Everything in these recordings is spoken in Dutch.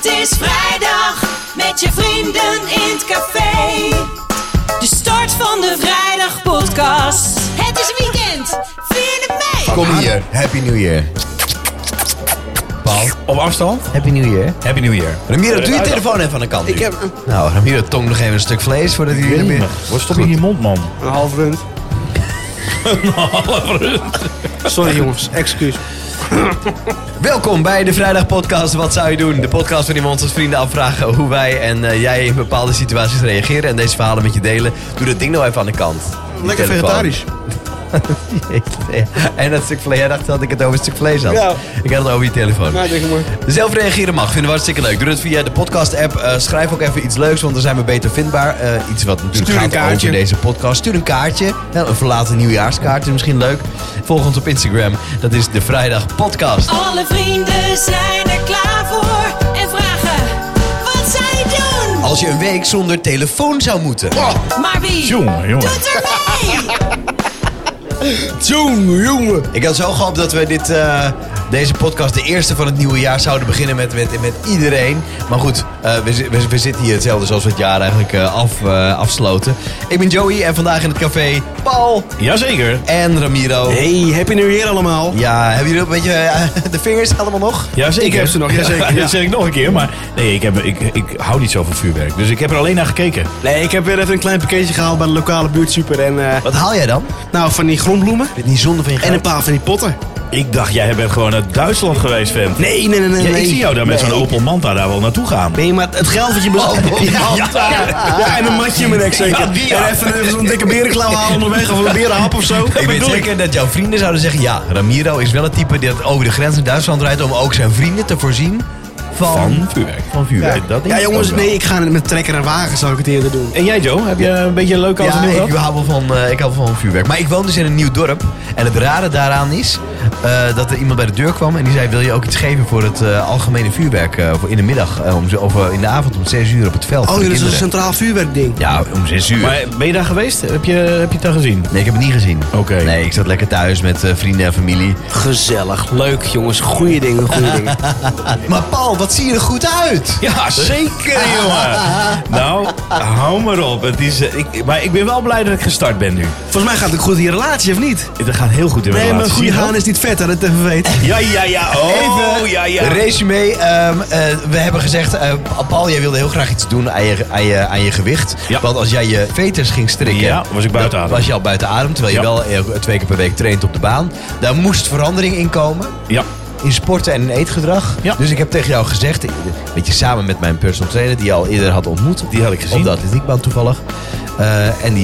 Het is vrijdag met je vrienden in het café. De start van de Vrijdagpodcast. Het is weekend, 4 mei. Kom hier, Happy New Year. Paul, Op afstand? Happy New Year. Happy New Year. Ramiro, doe je telefoon even aan de kant. Nou, Ramiro tong nog even een stuk vlees voordat hij weer binnen. Wat stop je in je mond, man? Een half rund. Sorry jongens, excuus. Welkom bij de Vrijdagpodcast Wat zou je doen? De podcast waarin we ons als vrienden afvragen hoe wij en jij in bepaalde situaties reageren en deze verhalen met je delen. Doe dat ding nou even aan de kant. Die Lekker telefoon. vegetarisch. En dat stuk vlees, jij dacht dat ik het over een stuk vlees had. Ja. Ik had het over je telefoon. Nou, denk ik maar. Zelf reageren mag, vinden we hartstikke leuk. Doe het via de podcast-app. Schrijf ook even iets leuks, want dan zijn we beter vindbaar. Iets wat natuurlijk Stuur een gaat kaartje. over deze podcast. Stuur een kaartje. Ja, een verlaten nieuwjaarskaart is misschien leuk. Volg ons op Instagram. Dat is de Vrijdag Podcast. Alle vrienden zijn er klaar voor en vragen: wat zou je doen? Als je een week zonder telefoon zou moeten. Maar wie Jongen. doet er mee? Jongen. Ik had zo gehoopt dat we deze podcast, de eerste van het nieuwe jaar, zouden beginnen met iedereen. Maar goed, we zitten hier hetzelfde zoals we het jaar eigenlijk afsloten. Ik ben Joey en vandaag in het café Paul Jazeker. en Ramiro. Hey, happy new year allemaal. Ja, hebben jullie ook een beetje de vingers allemaal nog? Jazeker. Ik heb ze nog, jazeker. Ja, dat zeg ik nog een keer, maar nee, ik hou niet zo van vuurwerk. Dus ik heb er alleen naar gekeken. Nee, ik heb weer even een klein pakketje gehaald bij de lokale buurtsuper. En Wat haal jij dan? nou, van die grondbloemen. Dit niet zonde van je En geld? een paar van die potten. Ik dacht, jij bent gewoon naar Duitsland geweest, vent. Nee. Ja, ik zie jou daar met zo'n Opel Manta daar wel naartoe gaan. Nee, maar het geld wat je bezat. Ja, en een matje in mijn nek zeker. Ja, die, ja. En even zo'n dikke berenklauw halen onderweg of een berenhap of zo. Ik weet zeker dat jouw vrienden zouden zeggen... Ja, Ramiro is wel het type dat over de grens naar Duitsland rijdt... om ook zijn vrienden te voorzien van vuurwerk. Van vuurwerk. Ja, dat denk Ja ik jongens, ook wel. nee, ik ga met trekker en wagen zou ik het eerder doen. En jij, Joe? Heb je een beetje een leuk oud en nieuw Ja, gehad? ik hou wel van vuurwerk. Maar ik woon dus in een nieuw dorp. En het rare daaraan is dat er iemand bij de deur kwam... en die zei, wil je ook iets geven voor het algemene vuurwerk... voor in de middag, of in de avond om 6 uur op het veld. Oh, voor de dat is een kinderen. centraal vuurwerkding. Ja, om 6 uur. Maar ben je daar geweest? Heb je het daar gezien? Nee, ik heb het niet gezien. Oké. Nee, ik zat lekker thuis met vrienden en familie. Gezellig, leuk jongens, goeie dingen. Maar Paul, wat zie je er goed uit? Ja, zeker, jongen. Nou, hou maar op. Het is, maar ik ben wel blij dat ik gestart ben nu. Volgens mij gaat het goed in je relatie, of niet? Het gaat heel goed in mijn Nee, maar een relatie. goede Zie je haan is niet vet, hè, dat het even weet. dat? Ja. Oh, ja. Resume, we hebben gezegd... Paul, jij wilde heel graag iets doen aan je gewicht. Ja. Want als jij je veters ging strikken... Ja, was ik buiten dan adem. was je al buiten adem, terwijl je Ja. wel 2 keer per week traint op de baan. Daar moest verandering in komen. Ja. In sporten en in eetgedrag. Ja. Dus ik heb tegen jou gezegd... Een beetje samen met mijn personal trainer... die je al eerder had ontmoet. Die had ik gezien. Op de atletiekbaan toevallig. En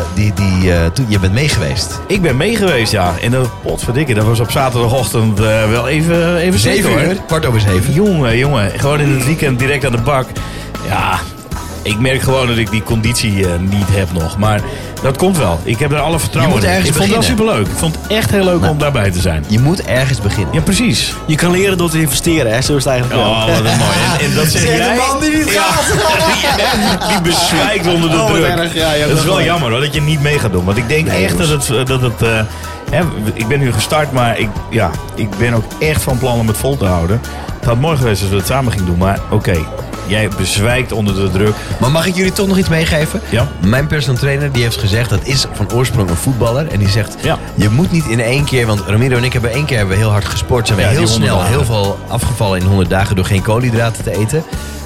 je bent mee geweest. Ik ben mee geweest, ja. En dat, potverdikke, dat was op zaterdagochtend wel even 7 hoor. uur, 7:15. Jongen. Gewoon in het weekend direct aan de bak. Ja, ik merk gewoon dat ik die conditie niet heb nog. Maar dat komt wel. Ik heb er alle vertrouwen Je moet in. ergens Ik vond het wel beginnen. superleuk. Ik vond het echt heel leuk om daarbij te zijn. Je moet ergens beginnen. Ja, precies. Je kan leren door te investeren, hè, zo is het eigenlijk wel. Oh, wat een mooi. En dat zeg Zeg de jij? man die niet gaat. Die bezwijkt onder de Oh, wat druk. erg. Ja, dat is wel jammer hoor, dat je niet mee gaat doen. Want ik denk echt dat het ik ben nu gestart, maar ik ben ook echt van plan om het vol te houden. Het had mooi geweest als we het samen gingen doen, maar oké. Jij bezwijkt onder de druk. Maar mag ik jullie toch nog iets meegeven? Ja. Mijn personal trainer die heeft gezegd... dat is van oorsprong een voetballer. En die zegt... Ja. je moet niet in 1 keer... want Ramiro en ik hebben 1 keer heel hard gesport. Zijn we Ja, heel die 100 snel dagen. heel veel afgevallen in 100 dagen... door geen koolhydraten te eten.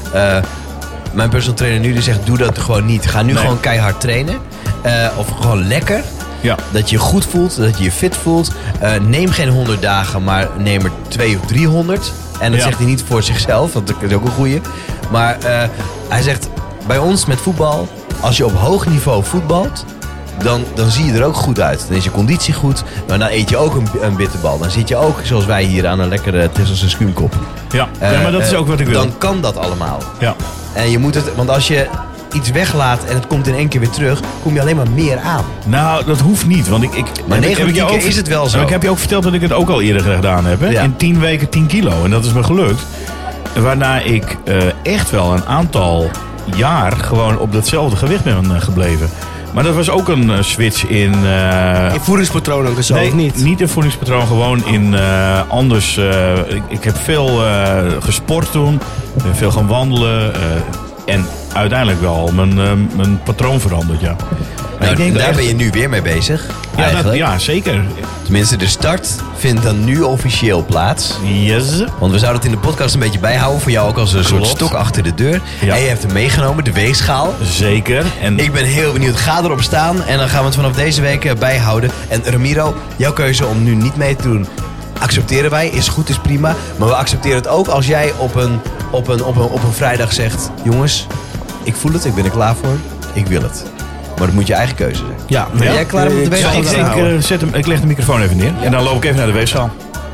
Mijn personal trainer nu die zegt... doe dat gewoon niet. Ga nu Nee. gewoon keihard trainen. Of gewoon lekker. Ja. Dat je je goed voelt. Dat je je fit voelt. Neem geen 100 dagen, maar neem er 200 of 300. En dat Ja. zegt hij niet voor zichzelf, want dat is ook een goeie. Maar hij zegt, bij ons met voetbal, als je op hoog niveau voetbalt, dan zie je er ook goed uit. Dan is je conditie goed, maar dan eet je ook een bitterbal. Dan zit je ook, zoals wij hier, aan een lekkere Tesselse schuimkop. Ja, maar dat is ook wat ik wil. Dan kan dat allemaal. Ja. En je moet het, want als je iets weglaat en het komt in 1 keer weer terug, kom je alleen maar meer aan. Nou, dat hoeft niet. Want Maar 9 van 10 jou keer is het wel zo. Maar ik heb je ook verteld dat ik het ook al eerder gedaan heb. Hè? Ja. In 10 weken 10 kilo. En dat is me gelukt. Waarna ik echt wel een aantal jaar gewoon op datzelfde gewicht ben gebleven. Maar dat was ook een switch in... In voedingspatroon ook en zo, of niet? Niet in voedingspatroon, gewoon in anders. Ik heb veel gesport toen. Ik ben veel gaan wandelen. En uiteindelijk wel mijn patroon veranderd, ja. Nou, daar ben je nu weer mee bezig. Ja, zeker. Tenminste, de start vindt dan nu officieel plaats. Yes. Want we zouden het in de podcast een beetje bijhouden. Voor jou ook als een soort stok achter de deur. Ja. En je hebt hem meegenomen, de weegschaal. Zeker. En Ik ben heel benieuwd. Ga erop staan. En dan gaan we het vanaf deze week bijhouden. En Ramiro, jouw keuze om nu niet mee te doen, accepteren wij. Is goed, is prima. Maar we accepteren het ook als jij op een vrijdag zegt: jongens, ik voel het, ik ben er klaar voor. Ik wil het. Maar dat moet je eigen keuze zijn. Ja. Ben jij klaar om de weegschaal ik te denk, houden? ik leg de microfoon even neer. En dan loop ik even naar de weegschaal.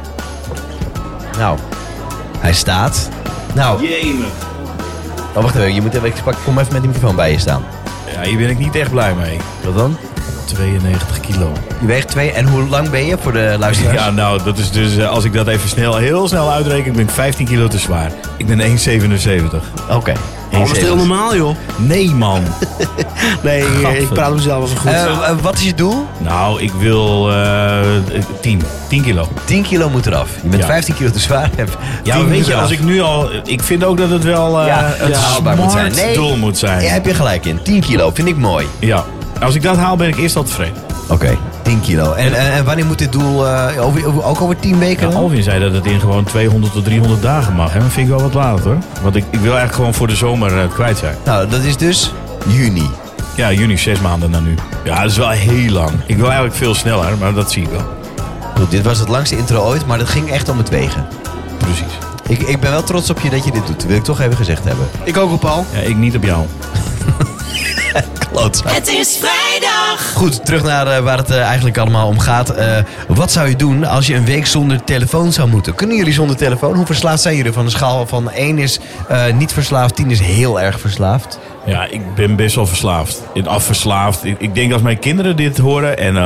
Nou, hij staat. Nou, oh, wacht even. Kom even met die microfoon bij je staan. Ja, hier ben ik niet echt blij mee. Wat dan? 92 kilo. Je weegt 2. En hoe lang ben je voor de luisteraars? Ja, nou, dat is dus, als ik dat even heel snel uitreken, ben ik 15 kilo te zwaar. Ik ben 1,77. Oké. Dat is heel normaal, joh. Nee, man. Nee, ik praat mezelf wel zo goed. Wat is je doel? Nou, ik wil 10 kilo. 10 kilo moet eraf. Je bent Ja. 15 kilo te zwaar. Ja, weet je, als ik nu al... Ik vind ook dat het wel het haalbaar moet zijn. smart doel moet zijn. Ja, heb je gelijk in. 10 kilo vind ik mooi. Ja. Als ik dat haal, ben ik eerst al tevreden. Oké, 10 kilo. En wanneer moet dit doel ook over 10 weken? Ja, dan? Alvin zei dat het in gewoon 200 tot 300 dagen mag. Hè? Dat vind ik wel wat laat, hoor. Want ik wil eigenlijk gewoon voor de zomer kwijt zijn. Nou, dat is dus juni. Ja, juni, 6 maanden naar nu. Ja, dat is wel heel lang. Ik wil eigenlijk veel sneller, maar dat zie ik wel. Goed, dit was het langste intro ooit, maar dat ging echt om het wegen. Precies. Ik ben wel trots op je dat je dit doet. Dat wil ik toch even gezegd hebben. Ik ook op Paul. Ja, ik niet op jou. Klootzak. Het is vrijdag. Goed, terug naar waar het eigenlijk allemaal om gaat. Wat zou je doen als je een week zonder telefoon zou moeten? Kunnen jullie zonder telefoon? Hoe verslaafd zijn jullie? Van een schaal van 1 is niet verslaafd, 10 is heel erg verslaafd. Ja, ik ben best wel verslaafd. Afverslaafd. Ik denk als mijn kinderen dit horen en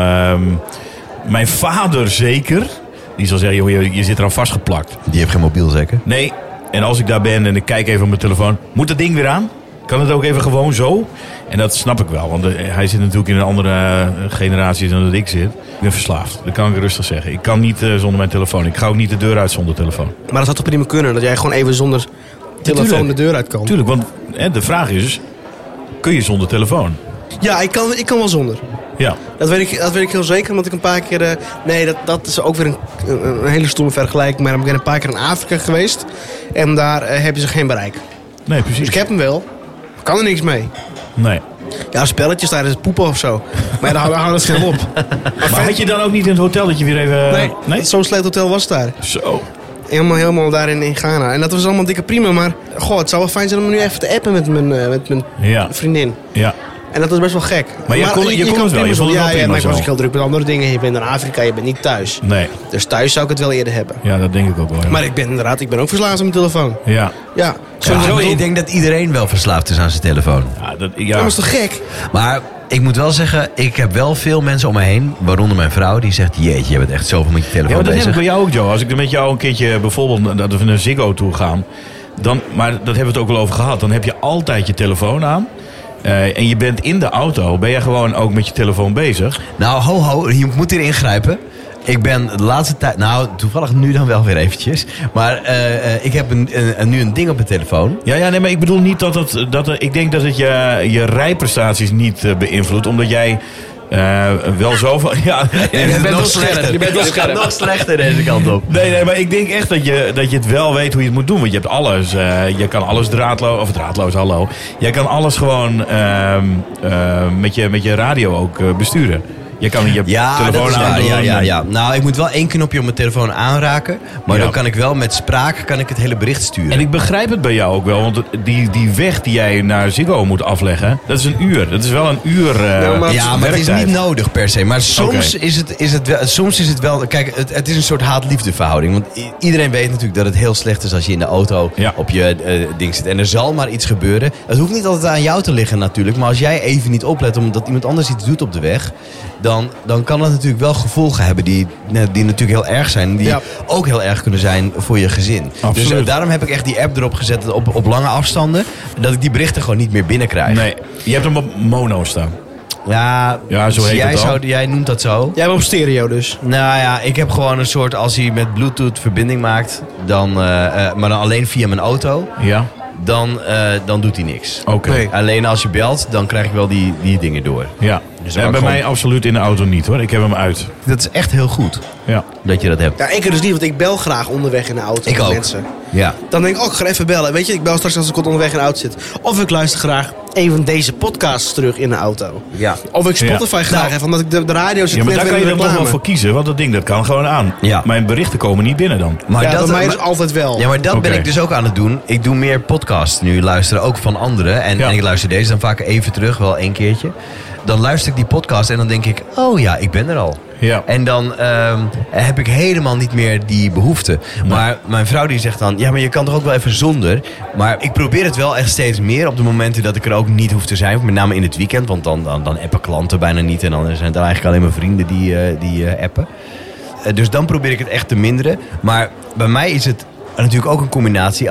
mijn vader zeker. Die zal zeggen, joh, je zit eraan vastgeplakt. Die heeft geen mobiel zeker? Nee, en als ik daar ben en ik kijk even op mijn telefoon. Moet dat ding weer aan? Kan het ook even gewoon zo? En dat snap ik wel, want hij zit natuurlijk in een andere generatie dan dat ik zit. Ik ben verslaafd, dat kan ik rustig zeggen. Ik kan niet zonder mijn telefoon. Ik ga ook niet de deur uit zonder telefoon. Maar dat zou toch prima kunnen, dat jij gewoon even zonder telefoon Tuurlijk. de deur uit kan. Tuurlijk, want de vraag is, kun je zonder telefoon? Ja, ik kan wel zonder. Ja. Dat weet ik heel zeker, want ik een paar keer... dat is ook weer een hele stomme vergelijking. Maar ik ben een paar keer in Afrika geweest. En daar hebben ze geen bereik. Nee, Dus precies. ik heb hem wel. Ik kan er niks mee. Nee. Ja, spelletjes tijdens het poepen of zo. Maar daar houdt het veel op. Maar had je dan ook niet in het hotel dat je weer even... Nee? Zo'n slecht hotel was het daar. Zo. Helemaal daar in Ghana. En dat was allemaal dikke prima. Maar het zou wel fijn zijn om nu even te appen met mijn Ja. vriendin. Ja. En dat is best wel gek. Maar je kon het wel, je vond het wel prima maar ik zo. was ook heel druk met andere dingen. Je bent in Afrika, je bent niet thuis. Nee. Dus thuis zou ik het wel eerder hebben. Ja, dat denk ik ook wel. Ja. Maar ik ben ook verslaafd aan mijn telefoon. Ja. Ja. Sowieso, ik denk dat iedereen wel verslaafd is aan zijn telefoon. Ja, Dat is toch gek? Maar ik moet wel zeggen, ik heb wel veel mensen om me heen, waaronder mijn vrouw, die zegt: jeetje, je bent echt zoveel met je telefoon Ja, maar dat heb ik bezig. bij jou ook, Joe. Als ik er met jou een keertje bijvoorbeeld dat we naar Ziggo toe gaan, dan, maar dat hebben we het ook al over gehad, dan heb je altijd je telefoon aan. En je bent in de auto, ben je gewoon ook met je telefoon bezig. Nou, ho, je moet hier ingrijpen. Ik ben de laatste tijd, nou toevallig nu dan wel weer eventjes, maar ik heb nu een ding op mijn telefoon. Ja, nee, maar ik bedoel niet ik denk dat het je rijprestaties niet beïnvloedt, omdat jij wel zoveel... Ja, Je bent nog slechter. Je bent nog slechter deze kant op. Nee, maar ik denk echt dat je het wel weet hoe je het moet doen. Want je hebt alles. Je kan alles draadloos, hallo. Jij kan alles gewoon met je radio ook besturen. Je kan je telefoon aandoen. Ja. Nou, ik moet wel 1 knopje op mijn telefoon aanraken. Maar dan kan ik wel met spraak het hele bericht sturen. En ik begrijp het bij jou ook wel. Want die weg die jij naar Ziggo moet afleggen, dat is een uur. Dat is wel een uur maar het is werktijd. niet nodig per se. Maar soms is het wel... Kijk, het is een soort haat-liefde verhouding. Want iedereen weet natuurlijk dat het heel slecht is als je in de auto op je ding zit. En er zal maar iets gebeuren. Het hoeft niet altijd aan jou te liggen natuurlijk. Maar als jij even niet oplet omdat iemand anders iets doet op de weg, dan kan dat natuurlijk wel gevolgen hebben die natuurlijk heel erg zijn. Die ook heel erg kunnen zijn voor je gezin. Absoluut. Dus daarom heb ik echt die app erop gezet op lange afstanden. Dat ik die berichten gewoon niet meer binnenkrijg. Nee, je hebt hem op mono staan. Ja, zo heet het al. jij noemt dat zo. Jij bent op stereo dus. Nou ja, ik heb gewoon een soort, als hij met Bluetooth verbinding maakt, dan, maar dan alleen via mijn auto, Ja, dan doet hij niks. oké. Nee. Alleen als je belt, dan krijg ik wel die dingen door. Ja. Dus En ook bij gewoon- mij absoluut in de auto niet hoor. Ik heb hem uit. Dat is echt heel goed Ja. dat je dat hebt. Ja, ik dus niet, want ik bel graag onderweg in de auto Ik met ook. mensen. Ja. Dan denk ik, ik ga even bellen. Weet je, ik bel straks als ik onderweg in de auto zit. Of ik luister graag een van deze podcasts terug in de auto. Ja. Of ik Spotify Ja. graag heb, omdat ik de radio zit Ja, maar net daar weer kan je in dan de toch wel reclame. voor kiezen. Want dat ding dat kan gewoon aan. Ja. Mijn berichten komen niet binnen dan. Maar Ja, dat, bij mij maar- is altijd wel. Ja, maar dat ben Oké. ik dus ook aan het doen. Ik doe meer podcasts nu, luisteren ook van anderen. En, Ja. en ik luister deze dan vaak even terug, wel 1 keertje. Dan luister ik die podcast en dan denk ik, oh ja, ik ben er al. Ja. En dan heb ik helemaal niet meer die behoefte. Maar mijn vrouw die zegt dan, ja, maar je kan toch ook wel even zonder. Maar ik probeer het wel echt steeds meer op de momenten dat ik er ook niet hoef te zijn. Met name in het weekend, want dan appen klanten bijna niet. En dan zijn het eigenlijk alleen maar vrienden die appen. Dus dan probeer ik het echt te minderen. Maar bij mij is het natuurlijk ook een combinatie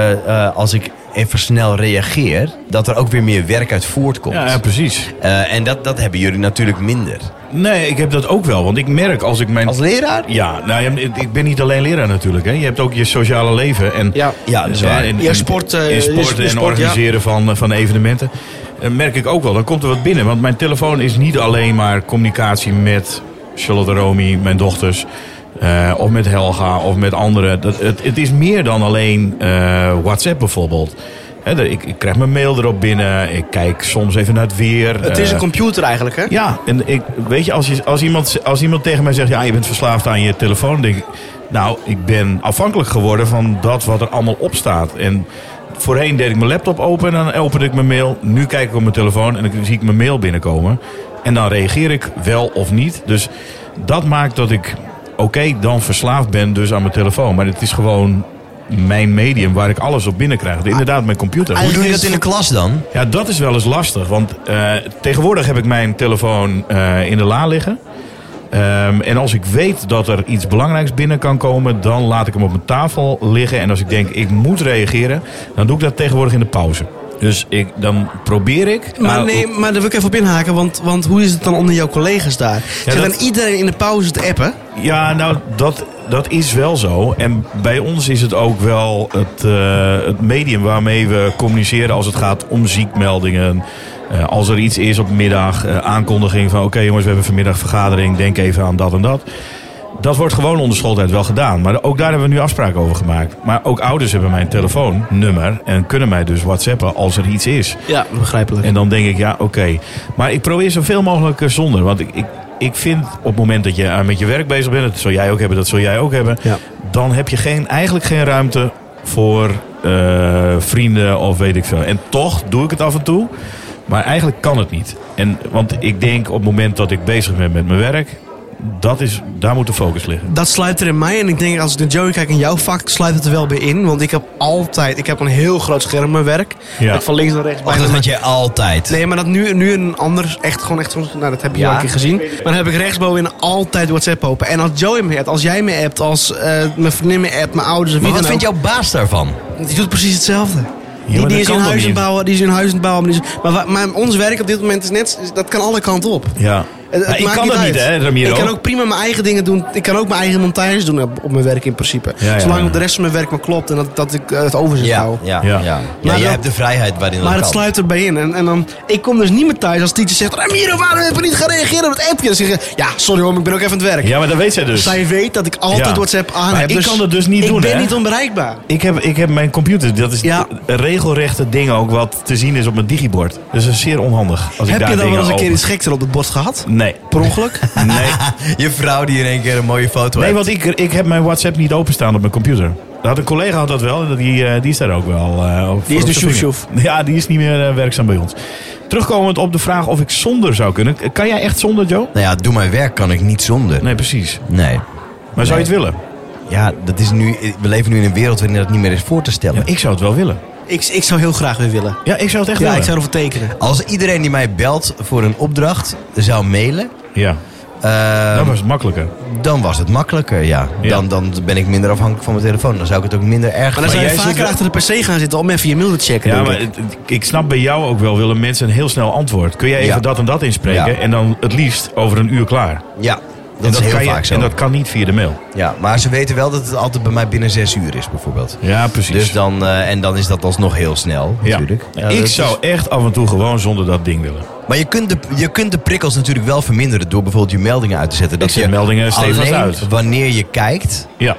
als ik even snel reageer, dat er ook weer meer werk uit voortkomt. Ja, precies. En dat hebben jullie natuurlijk minder. Nee, ik heb dat ook wel. Want ik merk als ik mijn... Als leraar? Ja, nou, ik ben niet alleen leraar natuurlijk. Hè. Je hebt ook je sociale leven. En, Ja. Ja, dat is waar. en- Je en- sport, in je sporten en sport, organiseren van evenementen. Merk ik ook wel. Dan komt er wat binnen. Want mijn telefoon is niet alleen maar communicatie met Charlotte Romy, mijn dochters. Of met Helga of met anderen. Het is meer dan alleen WhatsApp bijvoorbeeld. Ik krijg mijn mail erop binnen. Ik kijk soms even naar het weer. Het is een computer eigenlijk, hè? Ja, en weet je, als iemand tegen mij zegt, ja, je bent verslaafd aan je telefoon, dan denk ik, nou, ik ben afhankelijk geworden van dat wat er allemaal op staat. En voorheen deed ik mijn laptop open en dan opende ik mijn mail. Nu kijk ik op mijn telefoon en dan zie ik mijn mail binnenkomen. En dan reageer ik wel of niet. Dus dat maakt dat ik, dan verslaafd ben dus aan mijn telefoon. Maar het is gewoon mijn medium waar ik alles op binnenkrijg. Inderdaad, mijn computer. Hoe doe je dat in de klas dan? Ja, dat is wel eens lastig. Want tegenwoordig heb ik mijn telefoon in de la liggen. En als ik weet dat er iets belangrijks binnen kan komen, dan laat ik hem op mijn tafel liggen. En als ik denk, ik moet reageren, dan doe ik dat tegenwoordig in de pauze. Dus dan probeer ik... Maar daar wil ik even op inhaken, want hoe is het dan onder jouw collega's daar? Zit dan iedereen in de pauze te appen? Ja, nou, dat is wel zo. En bij ons is het ook wel het medium waarmee we communiceren als het gaat om ziekmeldingen. Als er iets is op middag, aankondiging van oké, jongens, we hebben vanmiddag vergadering, denk even aan dat en dat. Dat wordt gewoon onder schooltijd wel gedaan. Maar ook daar hebben we nu afspraken over gemaakt. Maar ook ouders hebben mijn telefoonnummer en kunnen mij dus WhatsAppen als er iets is. Ja, begrijpelijk. En dan denk ik, ja, oké. Maar ik probeer zoveel mogelijk zonder. Want ik vind op het moment dat je met je werk bezig bent, dat zul jij ook hebben, dat zul jij ook hebben. Ja. Dan heb je eigenlijk geen ruimte voor vrienden of weet ik veel. En toch doe ik het af en toe. Maar eigenlijk kan het niet. Want ik denk op het moment dat ik bezig ben met mijn werk, daar moet de focus liggen. Dat sluit er in mij. En ik denk, als ik naar Joey kijk in jouw vak, sluit het er wel bij in. Want ik heb een heel groot scherm in mijn werk. Ja. Dat van links naar rechts Wacht, bijna... dat had je altijd. Nee, maar dat nu een ander, echt soms, nou dat heb je Ja. al een keer gezien. Maar dan heb ik rechtsbovenin altijd WhatsApp open. En als Joey me appt, als jij me appt, als mijn vriendin me appt, mijn ouders of wie Maar dan wat ook. vindt jouw baas daarvan? Die doet precies hetzelfde. maar dat Die is kan in toch huis aan niet? het bouwen, die is in huis aan het bouwen. Maar ons werk op dit moment is net, dat kan alle kanten op. Ja. Het Maar ik maakt kan dat uit. niet, hè, Ramiro? Ik kan ook prima mijn eigen dingen doen. Ik kan ook mijn eigen montages doen op mijn werk in principe. Ja. Zolang de rest van mijn werk maar klopt en dat ik het overzicht hou. Ja. Ja. Ja, Maar jij dat- hebt de vrijheid waarin Maar dat het kan. sluit erbij in. En dan, ik kom dus niet meer thuis als teacher zegt, Ramiro, waarom heb je niet gereageerd op het appje? Dan zeg je, ja, sorry hoor, maar ik ben ook even aan het werk. Ja, maar dat weet zij dus. Zij weet dat ik altijd Ja. WhatsApp aan Maar heb. ik kan dat dus niet doen, Ik ben hè? niet onbereikbaar. Ik heb mijn computer, dat is Ja. een regelrechte ding ook wat te zien is op mijn digibord. Dus dat is zeer onhandig. Als ik Heb daar je dan wel dingen eens een keer open- iets geks er op het bord gehad? Nee. Per ongeluk? Nee. Je vrouw die in één keer een mooie foto Nee, heeft. want ik heb mijn WhatsApp niet openstaan op mijn computer. Een collega had dat wel en die is daar ook wel op. Die is nu op zijn sjoef, vinger. Ja, die is niet meer werkzaam bij ons. Terugkomend op de vraag of ik zonder zou kunnen. Kan jij echt zonder, Joe? Nou ja, doe mijn werk kan ik niet zonder. Nee, precies. Nee. Maar zou je het willen? Ja, dat is nu, we leven nu in een wereld waarin dat niet meer is voor te stellen. Ja, ik zou het wel willen. Ik zou heel graag weer willen. Ja, ik zou het echt Ja, willen. ik zou ervoor tekenen. Als iedereen die mij belt voor een opdracht zou mailen, Ja. Dan was het makkelijker. Dan was het makkelijker, ja. Ja. Dan ben ik minder afhankelijk van mijn telefoon. Dan zou ik het ook minder erg Maar dan zou je jij zit vaker wel- achter de PC gaan zitten om even je mail te checken. Ja, denk maar ik. ik snap bij jou ook wel, willen mensen een heel snel antwoord. Kun jij even Ja. dat en dat inspreken Ja. en dan het liefst over een uur klaar? Ja, En dat is heel kan vaak zo. En dat kan niet via de mail. Ja, maar ze weten wel dat het altijd bij mij binnen 6 uur is, bijvoorbeeld. Ja, precies. Dus dan, en dan is dat alsnog heel snel, natuurlijk. Ja, ik dat zou is- echt af en toe gewoon zonder dat ding willen. Maar je kunt de prikkels natuurlijk wel verminderen door bijvoorbeeld je meldingen uit te zetten. Dat zet je meldingen stevast alleen uit. wanneer je kijkt, Ja.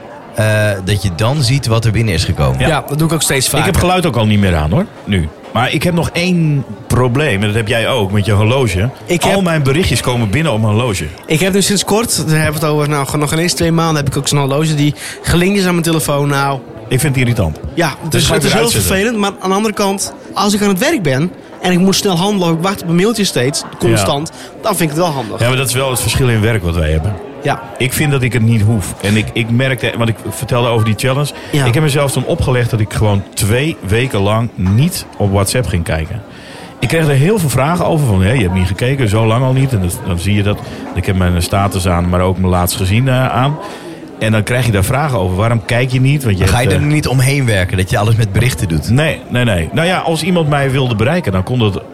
dat je dan ziet wat er binnen is gekomen. Ja, dat doe ik ook steeds vaker. Ik heb geluid ook al niet meer aan hoor, nu. Maar ik heb nog één probleem, en dat heb jij ook met je horloge. Al mijn berichtjes komen binnen op mijn horloge. Ik heb nu sinds kort, daar hebben we het over, nog geen eens 2 maanden, heb ik ook zo'n horloge die gelinkt is aan mijn telefoon. Nou, Ik vind het irritant. ja, Dus ga ik het is weer heel uitzetten. vervelend. Maar aan de andere kant, als ik aan het werk ben en ik moet snel handelen, ik wacht op een mailtje steeds, constant, dan vind ik het wel handig. Ja, maar dat is wel het verschil in werk wat wij hebben. Ja. Ik vind dat ik het niet hoef. En ik merkte, want ik vertelde over die challenge. Ja. Ik heb mezelf toen opgelegd dat ik gewoon 2 weken lang niet op WhatsApp ging kijken. Ik kreeg er heel veel vragen over. Van, je hebt niet gekeken, zo lang al niet. En dan zie je dat. Ik heb mijn status aan, maar ook mijn laatst gezien aan. En dan krijg je daar vragen over. Waarom kijk je niet? Want je Dan ga je hebt, er niet omheen werken, dat je alles met berichten doet. Nee. Nou ja, als iemand mij wilde bereiken, dan kon dat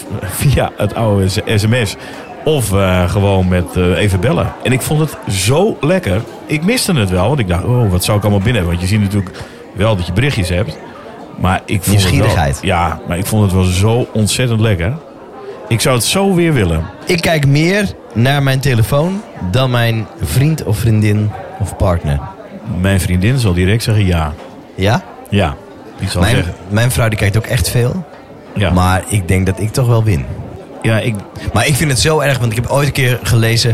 via het oude sms. Of gewoon met even bellen. En ik vond het zo lekker. Ik miste het wel, want ik dacht, wat zou ik allemaal binnen hebben? Want je ziet natuurlijk wel dat je berichtjes hebt. Maar ik vond Nieuwsgierigheid. Het wel, ja, maar ik vond het wel zo ontzettend lekker. Ik zou het zo weer willen. Ik kijk meer naar mijn telefoon dan mijn vriend of vriendin of partner. Mijn vriendin zal direct zeggen ja. Ja? Ja, die zal Mijn, zeggen. mijn vrouw die kijkt ook echt veel. Ja. Maar ik denk dat ik toch wel win. Ja, Maar ik vind het zo erg, want ik heb ooit een keer gelezen...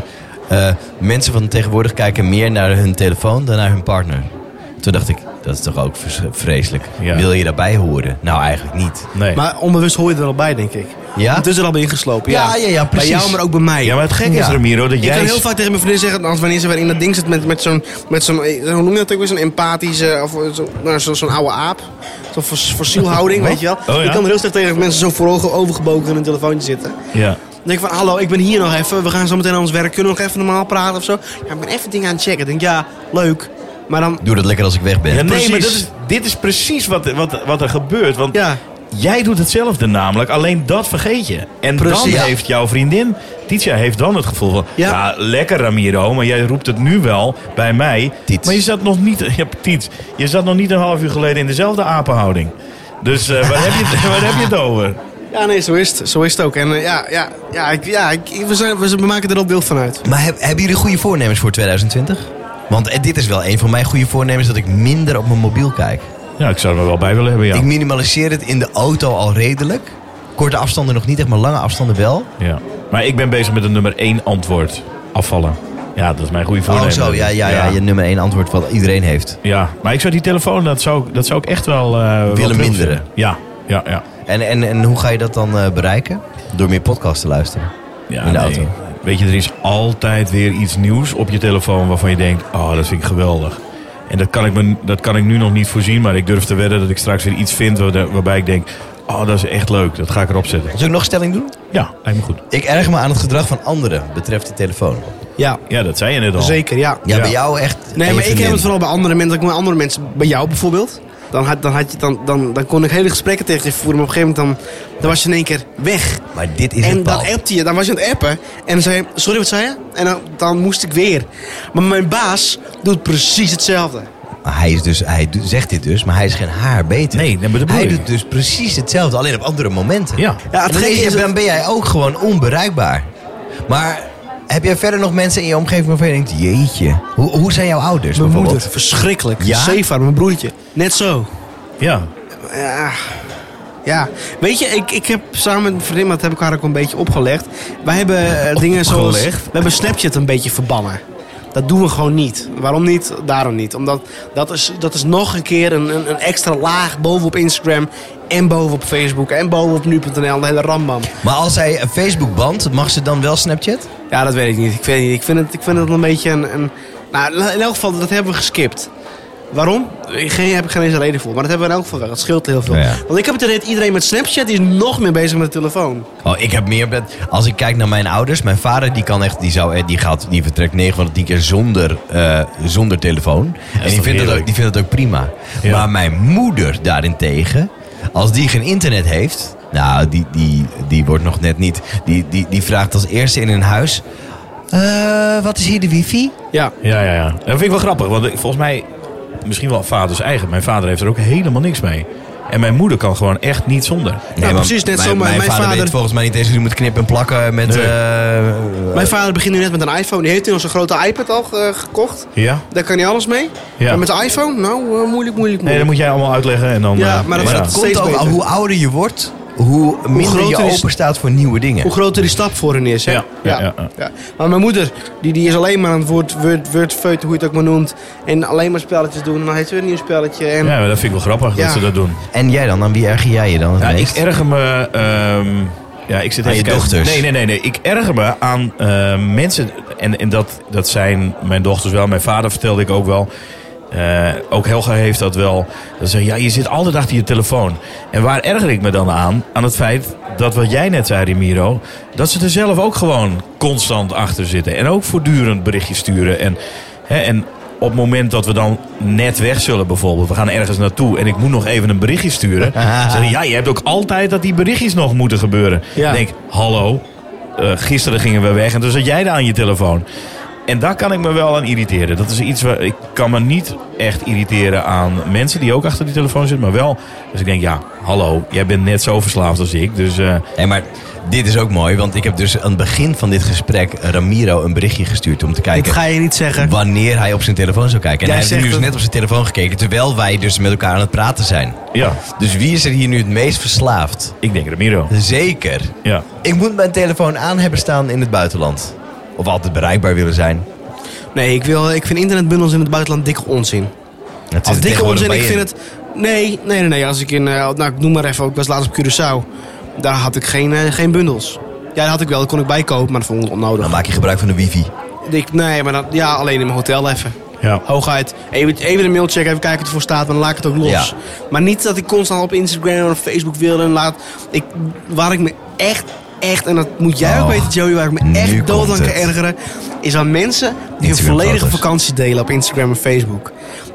mensen van tegenwoordig kijken meer naar hun telefoon dan naar hun partner. Toen dacht ik, dat is toch ook vreselijk. Ja. Wil je daarbij horen? Nou, eigenlijk niet. nee. Maar onbewust hoor je er al bij, denk ik. Ja? Het is er al bij ingeslopen. Ja, precies. Bij jou, maar ook bij mij. Ja, maar het gekke is, Ja. Ramiro, dat Ik jij... kan heel vaak tegen mijn vriendin zeggen, als wanneer ze weer in dat ding zit met zo'n hoe noem je dat ook weer, zo'n empathische, of zo'n oude aap. Zo'n fossielhouding, weet je wel. Oh, ja? Ik kan er heel sterk tegen mensen zo voorovergebogen in een telefoontje zitten. Ja. Dan denk ik van, hallo, ik ben hier nog even, we gaan zo meteen aan ons werk, kunnen we nog even normaal praten of zo? Ja, ik ben even dingen aan het checken. Ik denk, ja, leuk. Maar dan, Doe dat lekker als ik weg ben. Ja, nee, precies. maar dit is precies wat er gebeurt. Want ja, jij doet hetzelfde namelijk, alleen dat vergeet je. En Precies. dan Ja. heeft jouw vriendin, Titia, heeft dan het gevoel van... Ja. Ja, lekker Ramiro, maar jij roept het nu wel bij mij. Tiets. Maar je zat nog niet... Ja, Tiets. Je zat nog niet een half uur geleden in dezelfde apenhouding. Dus waar heb je het over? ja, nee, zo is het ook. En we maken er al beeld van uit. Maar hebben jullie goede voornemens voor 2020? Want dit is wel een van mijn goede voornemens, dat ik minder op mijn mobiel kijk. Ja, ik zou er wel bij willen hebben, ja. Ik minimaliseer het in de auto al redelijk. Korte afstanden nog niet echt, maar lange afstanden wel. Ja. Maar ik ben bezig met een nummer 1 antwoord. Afvallen. Ja, dat is mijn goede Oh voornemen. zo, ja, je nummer 1 antwoord wat iedereen heeft. Ja, maar ik zou die telefoon, dat zou ik echt wel Willen minderen. Ja. En hoe ga je dat dan bereiken? Door meer podcasts te luisteren. Ja, In de auto. Weet je, er is altijd weer iets nieuws op je telefoon waarvan je denkt, oh, dat vind ik geweldig. En dat kan ik nu nog niet voorzien, maar ik durf te wedden dat ik straks weer iets vind waarbij ik denk, oh, dat is echt leuk, dat ga ik erop zetten. Zal ik nog een stelling doen? Ja, lijkt me goed. Ik erger me aan het gedrag van anderen betreft de telefoon. Ja, Ja, dat zei je net al. zeker, ja. Ja, Ja. bij jou echt. Nee, en je maar ik heb vriendin. het vooral bij andere mensen. Dat ik met andere mensen, bij jou bijvoorbeeld. Dan kon ik hele gesprekken tegen je voeren. Maar op een gegeven moment dan was je in één keer weg. Maar dit is En het, dan Paul. appte je, dan was je aan het appen. En dan zei je, sorry, wat zei je? En dan moest ik weer. Maar mijn baas doet precies hetzelfde. Maar hij zegt dit dus, maar hij is geen haar beter. Nee, maar dat bedoel hij ik. doet dus precies hetzelfde, alleen op andere momenten. Ja. Ja, het En dan gekke is dan ben jij ook gewoon onbereikbaar. Maar heb jij verder nog mensen in je omgeving waarvan je denkt, jeetje, hoe zijn jouw ouders Mijn bijvoorbeeld? moeder, verschrikkelijk. Ja? Zeevaar, mijn broertje. Net zo. Ja. Ja, weet je, ik heb samen met mijn vriendin, maar dat heb ik haar ook een beetje opgelegd. Wij hebben dingen zoals, we hebben Snapchat een beetje verbannen. Dat doen we gewoon niet. Waarom niet? Daarom niet. Omdat dat is nog een keer een extra laag bovenop Instagram en bovenop Facebook en bovenop nu.nl, de hele rambam. Maar als hij een Facebook bandt, mag ze dan wel Snapchat? Ja, dat weet ik niet. Ik vind het een beetje een nou, in elk geval, dat hebben we geskipt. Waarom? Heb ik geen eens reden voor. Maar dat hebben we in elk geval wel. Dat scheelt heel veel. Ja. Want ik heb het idee dat iedereen met Snapchat die is nog meer bezig met de telefoon. Oh, ik heb meer... Als ik kijk naar mijn ouders... Mijn vader die vertrekt 9 van de 10 keer zonder telefoon. En die vindt het ook prima. Ja. Maar mijn moeder daarentegen... Als die geen internet heeft... Nou, die wordt nog net niet... Die vraagt als eerste in een huis... wat is hier de wifi? Ja. Ja. Dat vind ik wel grappig. Want volgens mij... Misschien wel vaders eigen. Mijn vader heeft er ook helemaal niks mee. En mijn moeder kan gewoon echt niet zonder. Nee, precies net zo. Mijn vader weet volgens mij niet eens hoe je moet knippen en plakken met... Nee. Mijn vader begint nu net met een iPhone. Die heeft nu al zo'n grote iPad al gekocht. Ja? Daar kan hij alles mee. Ja. Maar met de iPhone? Moeilijk. Nee, dat moet jij allemaal uitleggen. En dan, Ja, maar dat Maar gaat dat komt steeds ook beter. al hoe ouder je wordt... Hoe minder groter je is- open staat voor nieuwe dingen. Hoe groter die stap voor hen is. Hè? Ja. Maar mijn moeder, die is alleen maar aan het wordfeuten, hoe je het ook maar noemt. En alleen maar spelletjes doen. En dan heeft ze weer een nieuw spelletje. En Ja, maar dat vind ik wel grappig Ja. dat ze dat doen. En jij dan? Aan wie erger jij je dan het Ja, ik meest? erger me... ik zit Aan even je kijken. dochters? Nee. Ik erger me aan mensen... En dat zijn mijn dochters wel. Mijn vader vertelde ik ook wel. Ook Helga heeft dat wel. Dat ze je zit altijd achter je telefoon. En waar erger ik me dan aan? Aan het feit dat wat jij net zei, Remiro... dat ze er zelf ook gewoon constant achter zitten. En ook voortdurend berichtjes sturen. En op het moment dat we dan net weg zullen bijvoorbeeld... we gaan ergens naartoe en ik moet nog even een berichtje sturen... zeggen je hebt ook altijd dat die berichtjes nog moeten gebeuren. Ja. Ik denk, hallo, gisteren gingen we weg en toen zat jij daar aan je telefoon. En daar kan ik me wel aan irriteren. Dat is iets waar ik kan me niet echt irriteren aan mensen die ook achter die telefoon zitten. Maar wel, dus ik denk, ja, hallo, jij bent net zo verslaafd als ik. Dus Hey, maar dit is ook mooi, want ik heb dus aan het begin van dit gesprek Ramiro een berichtje gestuurd om te dit kijken ga je niet zeggen. wanneer hij op zijn telefoon zou kijken. En Jij hij heeft nu zegt dus het. net op zijn telefoon gekeken, terwijl wij dus met elkaar aan het praten zijn. ja, Dus wie is er hier nu het meest verslaafd? ik denk Ramiro. Zeker. Ja. Ik moet mijn telefoon aan hebben staan in het buitenland. Of altijd bereikbaar willen zijn. Nee, ik vind internetbundels in het buitenland dikke onzin. Dat Als zit er dikke tegenwoordig onzin, bij ik in. vind het... Nee. Als ik ik noem maar even, ik was laatst op Curaçao. Daar had ik geen bundels. Ja, dat had ik wel, dat kon ik bijkopen, maar dat vond ik onnodig. Dan maak je gebruik van de wifi. Alleen in mijn hotel even. Ja. Hooguit. Even een mail checken, even kijken wat ervoor staat, maar dan laat ik het ook los. Ja. Maar niet dat ik constant op Instagram of Facebook wil en waar ik me echt, en dat moet jij ook Oh, weten, Joey, waar ik me nu echt dood komt aan kan het. ergeren, is aan mensen die een Instagram volledige foto's. vakantie delen op Instagram en Facebook.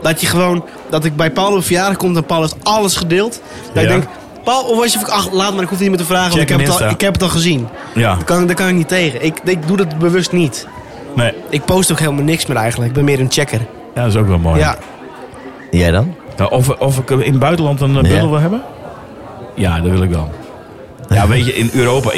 Dat ik bij Paul op verjaardag kom en Paul heeft alles gedeeld. Dat Ja. ik denk, Paul, of als je laat maar, ik hoef het niet meer te vragen, Check want Insta. ik heb het al gezien. Ja. Daar kan ik niet tegen. Ik doe dat bewust niet. Nee. Ik post ook helemaal niks meer eigenlijk. Ik ben meer een checker. Ja, dat is ook wel mooi. Ja. Jij dan? Nou, of ik in het buitenland een bundel wil hebben? Ja, dat wil ik wel. Ja, weet je, in Europa...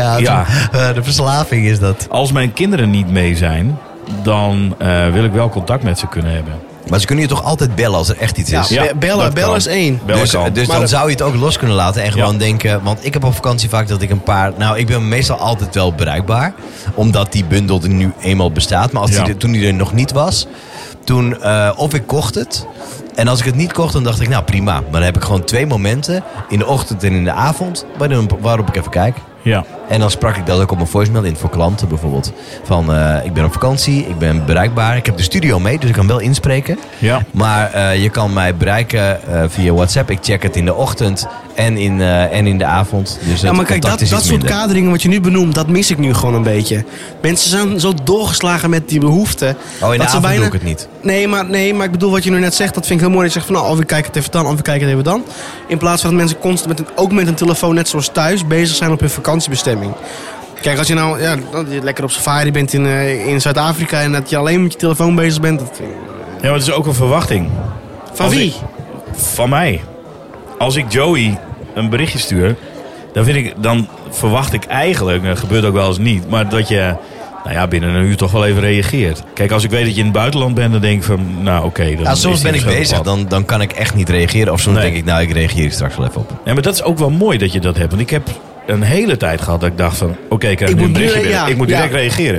De verslaving is dat. Als mijn kinderen niet mee zijn, dan wil ik wel contact met ze kunnen hebben. Maar ze kunnen je toch altijd bellen als er echt iets is? Ja, dat bellen kan. is één. Bellen Dus, kan. dus Maar dan dat- zou je het ook los kunnen laten en gewoon Ja. denken... Want ik heb op vakantie vaak dat ik een paar... Nou, ik ben meestal altijd wel bereikbaar. Omdat die bundel er nu eenmaal bestaat. Maar toen die er nog niet was... Toen, of ik kocht het... En als ik het niet kocht, dan dacht ik, nou prima. Maar dan heb ik gewoon 2 momenten... In de ochtend en in de avond... Waarop ik even kijk. Ja. En dan sprak ik dat ook op mijn voicemail in voor klanten bijvoorbeeld. Van, ik ben op vakantie, ik ben bereikbaar. Ik heb de studio mee, dus ik kan wel inspreken. Ja. Maar je kan mij bereiken via WhatsApp. Ik check het in de ochtend en in de avond. Dus Ja, het maar kijk, contact is dat iets soort minder. kaderingen wat je nu benoemt, dat mis ik nu gewoon een beetje. Mensen zijn zo doorgeslagen met die behoeften. Oh, in de dat ze avond bijna... doe ik het niet. Nee, maar ik bedoel wat je nu net zegt, dat vind ik heel mooi. Dat je zegt van, nou, of ik kijk het even dan, of ik kijk het even dan. In plaats van dat mensen constant ook met een telefoon, net zoals thuis, bezig zijn op hun vakantiebestemming. Kijk, als je nou je lekker op safari bent in Zuid-Afrika en dat je alleen met je telefoon bezig bent. Ja, maar het is ook een verwachting. Van Als wie? Van mij. Als ik Joey een berichtje stuur, dan verwacht ik eigenlijk, dat gebeurt ook wel eens niet, maar dat je binnen een uur toch wel even reageert. Kijk, als ik weet dat je in het buitenland bent, dan denk ik van, nou oké. Dan Ja, soms is ben het ik zo bezig, wat. dan kan ik echt niet reageren. Of soms Nee. denk ik, nou ik reageer hier straks wel even op. Ja, maar dat is ook wel mooi dat je dat hebt. Want ik heb een hele tijd gehad dat ik dacht van, oké, ik krijg Ik nu een moet berichtje nu- binnen. ja, Ik moet direct ja. reageren. Ja.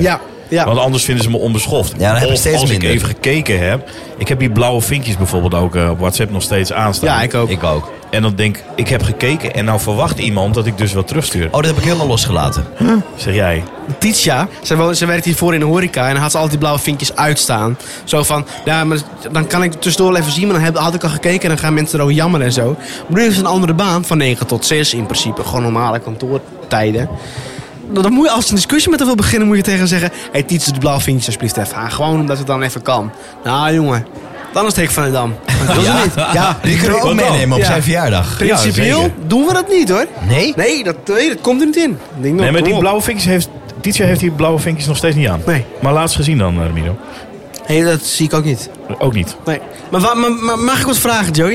Ja. Want anders vinden ze me onbeschoft. Ja, dan heb je of steeds als minder. ik even gekeken heb. Ik heb die blauwe vinkjes bijvoorbeeld ook op WhatsApp nog steeds aanstaan. Ja, ik ook. Ik ook. En dan denk ik heb gekeken en nou verwacht iemand dat ik dus wat terugstuur. Oh, dat heb ik helemaal losgelaten. Zeg jij. Titia, ze werkt hiervoor in de horeca en dan had ze altijd die blauwe vinkjes uitstaan. Zo van, ja, maar dan kan ik tussendoor wel even zien, maar dan had ik al gekeken en dan gaan mensen erover jammeren en zo. Maar nu is het een andere baan van 9 tot 6 in principe, gewoon normale kantoortijden. Dan moet je, als je een discussie met haar wil beginnen, moet je tegen haar zeggen: hey, Tietje, de blauwe vinkjes alsjeblieft even aan. Gewoon omdat het dan even kan. Nou jongen, dan is het hek van de dam. Dat wil ze niet. Ja, Die kunnen we ook meenemen op Ja. zijn verjaardag. principieel zeker. doen we dat niet hoor. Nee? Nee, dat komt er niet in. Ik denk, Nee, maar kom die op. blauwe vinkjes Titia heeft die blauwe vinkjes nog steeds niet aan. Nee. Maar laatst gezien dan, Ramiro. Hey, dat zie ik ook niet. Ook niet. Nee. Maar mag ik wat vragen, Joey?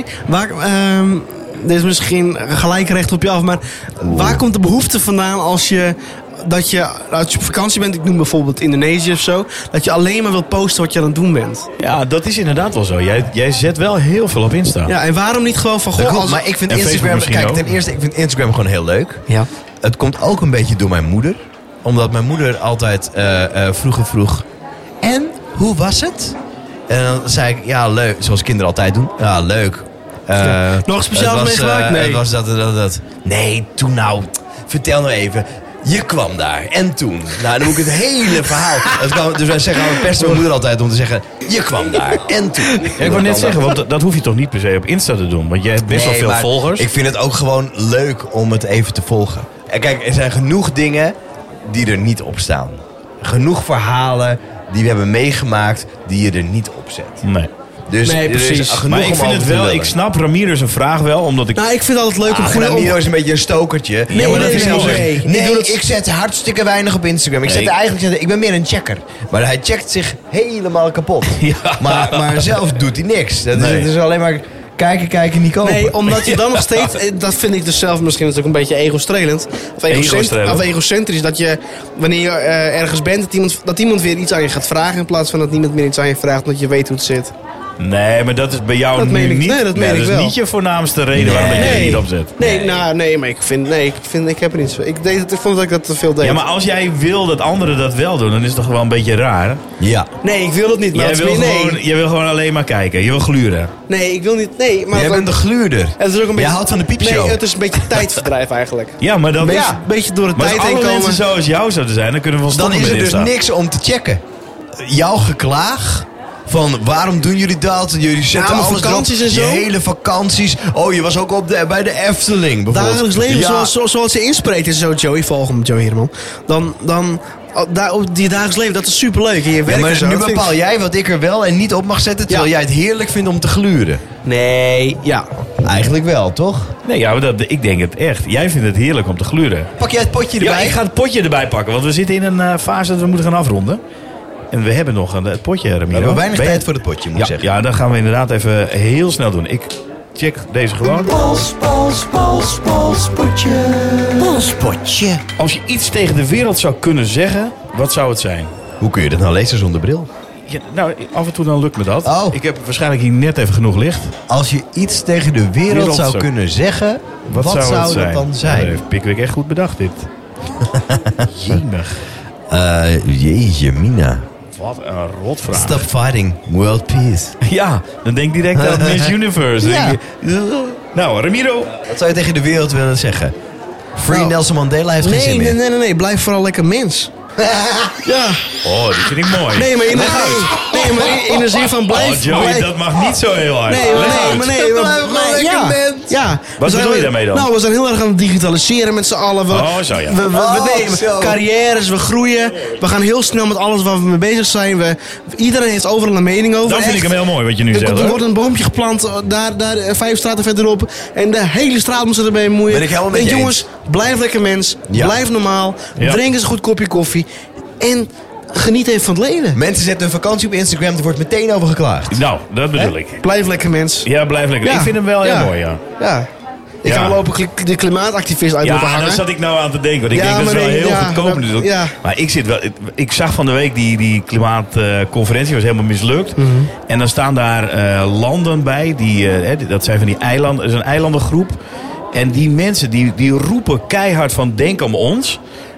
Dit is misschien gelijk recht op je af, maar waar komt de behoefte vandaan als je op vakantie bent, ik noem bijvoorbeeld Indonesië of zo, dat je alleen maar wilt posten wat je aan het doen bent? Ja, dat is inderdaad wel zo. Jij zet wel heel veel op Insta. Ja, en waarom niet gewoon van, Dat goh, klopt, als... maar ik vind En Facebook Instagram... misschien Kijk, ook. ten eerste, ik vind Instagram gewoon heel leuk. Ja. Het komt ook een beetje door mijn moeder. Omdat mijn moeder altijd vroeg... En, hoe was het? En dan zei ik, ja, leuk. Zoals kinderen altijd doen. Ja, leuk. Nog speciaal het was, meegemaakt? Nee. Het was dat. Nee, toen nou... Vertel nou even. Je kwam daar. En toen? Nou, dan moet ik het hele verhaal... Dus wij zeggen, we pesten mijn moeder altijd om te zeggen... Je kwam daar. En toen? Ja, ik wou net zeggen, want dat hoef je toch niet per se op Insta te doen? Want jij hebt best wel veel maar volgers. Ik vind het ook gewoon leuk om het even te volgen. En kijk, er zijn genoeg dingen die er niet op staan. Genoeg verhalen die we hebben meegemaakt die je er niet op zet. Nee. Dus Nee, er is precies. genoeg Maar ik om vind over het te wel, lullen. ik snap Ramiro zijn vraag wel, omdat ik... Nou, ik vind het altijd leuk om goede... Ramiro is een beetje een stokertje. Nee, maar dat nee, is nee, heel nee. zeg. Nee, Nee, doe het- ik zet hartstikke weinig op Instagram. Ik ben meer een checker. Maar hij checkt zich helemaal kapot. Ja. Maar zelf doet hij niks. Dat is, Nee. het is alleen maar kijken, niet kopen. Nee, omdat je dan nog steeds... Dat vind ik dus zelf misschien ook een beetje ego-strelend. Of egocentrisch. Dat je, wanneer je ergens bent, dat iemand weer iets aan je gaat vragen... in plaats van dat niemand meer iets aan je vraagt, omdat je weet hoe het zit. Nee, maar dat is bij jou Dat nu meen ik- niet. nee, dat meen ik is wel. niet je voornaamste reden waarom je het niet opzet. Nee, maar ik heb er niets van. Ik vond dat ik dat te veel deed. Ja, maar als jij wil dat anderen dat wel doen, dan is het toch wel een beetje raar. Ja. Nee, ik wil dat niet. Maar Jij wil gewoon alleen maar kijken. Je wil gluren. Nee, ik wil niet. Nee, maar Jij bent de gluurder. het is ook een beetje, Jij houdt van de piepshow. Nee, het is een beetje tijdverdrijf eigenlijk. Ja, maar dan... Een beetje door de Maar tijd als heen alle komen. mensen zoals jou zouden zijn, dan kunnen we ons Dan stoppen is er met dus Insta. niks om te checken. Jouw geklaag van waarom doen jullie dat? Jullie zetten maar alles vakanties erop. en zo. Je hele vakanties. Oh, je was ook bij de Efteling bijvoorbeeld. Dagelijks leven Ja. zoals je inspreekt is zo, Joey. Volg hem, Joey Herman. Dan op die dagelijks leven, dat is superleuk. En je Ja, werkt maar en zo, nu dat vind ik- bepaal jij wat ik er wel en niet op mag zetten... terwijl jij het heerlijk vindt om te gluren. Nee, ja. Eigenlijk wel, toch? Nee, ja, maar ik denk het echt. Jij vindt het heerlijk om te gluren. Pak jij het potje Ja, erbij? ik ga het potje erbij pakken, want we zitten in een fase dat we moeten gaan afronden. En we hebben nog het potje, Ramiro. We hebben weinig Ben je- tijd voor het potje, moet ik zeggen. Ja, dan gaan we inderdaad even heel snel doen. Ik check deze gewoon. Polspotje. Als je iets tegen de wereld zou kunnen zeggen, wat zou het zijn? Hoe kun je dat nou lezen zonder bril? Ja, nou, af en toe dan lukt me dat. Oh. Ik heb waarschijnlijk hier net even genoeg licht. Als je iets tegen de wereld zou kunnen zeggen... Wat zou het dat dan Dat zijn? heeft Pickwick echt goed bedacht, dit. Jemig. Jeetje, Mina. Wat een rotvraag. Stop fighting. World peace. Ja, dan denk ik direct aan Miss Universe. Ja. Denk je, nou, Ramiro. Wat zou je tegen de wereld willen zeggen? Free Nou, Nelson Mandela heeft geen zin meer. Nee. Blijf vooral lekker mens. Ja. Oh, die vind ik mooi. Nee, maar in de zin van blijf... Oh, Joey, blijf- dat mag niet zo heel hard. Nee, Leg uit. maar Blijf gewoon lekker ja. mens. Ja. Wat We zijn- bedoel je daarmee dan? Nou, we zijn heel erg aan het digitaliseren met z'n allen. Oh, zo ja. We nemen zo. carrières, we groeien. We gaan heel snel met alles waar we mee bezig zijn. Iedereen heeft overal een mening over. Dan vind ik hem heel mooi wat je nu zegt. Er hoor. wordt een boompje geplant, daar 5 straten verderop. En de hele straat moet zich ermee bemoeien. Ben ik helemaal met En je jongens, blijf lekker mens. Ja. Blijf normaal. Ja. Drink eens een goed kopje koffie. En geniet even van het leven. Mensen zetten hun vakantie op Instagram, er wordt meteen over geklaagd. Nou, dat bedoel ik. Blijf lekker mens. Ja, blijf lekker. Ja. Ik vind hem wel heel Ja. mooi, ja. Ja. Ik Ja. ga wel lopen de klimaatactivist uit lopen Ja, hangen. daar zat ik nou aan te denken. Want ik Ja, denk dat is maar wel nee, heel ja, goedkoop dat- natuurlijk. ja. Maar ik zag van de week die klimaatconferentie was helemaal mislukt. Mhm. En dan staan daar landen bij. Dat zijn van die eilanden. Dat is een eilandengroep. En die mensen die roepen keihard van denk om ons.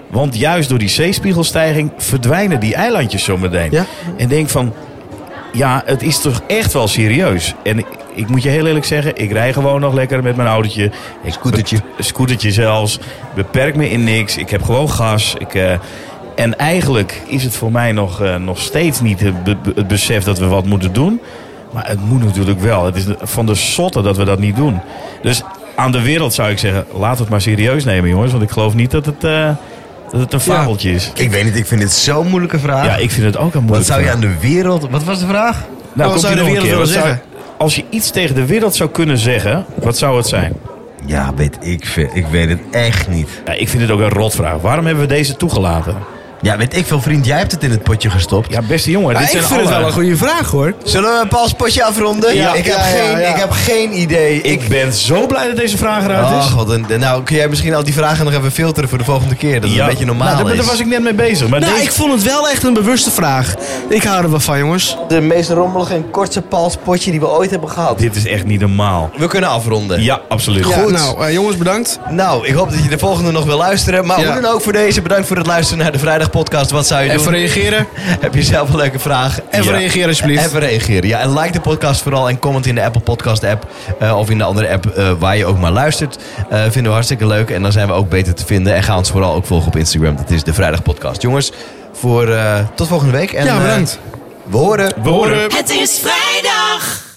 Want juist door die zeespiegelstijging verdwijnen die eilandjes zo meteen. Ja. En denk van, ja, het is toch echt wel serieus. En ik moet je heel eerlijk zeggen, ik rij gewoon nog lekker met mijn autootje. Scootertje zelfs. Beperk me in niks. Ik heb gewoon gas. En eigenlijk is het voor mij nog steeds niet het besef dat we wat moeten doen. Maar het moet natuurlijk wel. Het is van de zotte dat we dat niet doen. Dus aan de wereld zou ik zeggen, laten we het maar serieus nemen, jongens. Want ik geloof niet dat het een fabeltje is. Ik weet niet, ik vind dit zo'n moeilijke vraag. Ja, ik vind het ook een moeilijke Wat zou je vraag. aan de wereld... Wat was de vraag? Nou, Wat zou je de wereld willen zeggen? Als je iets tegen de wereld zou kunnen zeggen, wat zou het zijn? Ja, weet ik veel. Ik weet het echt niet. Ja, ik vind het ook een rotvraag. Waarom hebben we deze toegelaten? Ja, weet ik veel, vriend. Jij hebt het in het potje gestopt. Ja, beste jongen. Ja, dit ik zijn vind het alle- wel een goede vraag, hoor. Zullen we Paul's potje afronden? Ja. Ik heb geen idee. Ik ben zo blij dat deze vraag eruit is. Oh, god, nou, kun jij misschien al die vragen nog even filteren voor de volgende keer? Dat het een beetje normaal nou, is. daar was ik net mee bezig. Maar Nou, deze... ik vond het wel echt een bewuste vraag. Ik hou er wel van, jongens. De meest rommelige en kortste Paul's potje die we ooit hebben gehad. Dit is echt niet normaal. We kunnen afronden. Ja, absoluut. Ja, Goed. nou, jongens, bedankt. Nou, ik hoop dat je de volgende nog wil luisteren. Maar Ja. hoe dan ook voor deze. Bedankt voor het luisteren naar de Vrijdag podcast. Wat zou je doen? Even reageren. Heb je zelf een leuke vraag? Even reageren, alsjeblieft. Even reageren. Ja, en like de podcast vooral. En comment in de Apple Podcast app. Of in de andere app waar je ook maar luistert. Vinden we hartstikke leuk. En dan zijn we ook beter te vinden. En ga ons vooral ook volgen op Instagram. Dat is de Vrijdag podcast. Jongens, tot volgende week. En, Ja, bedankt. we horen. We horen. Het is vrijdag.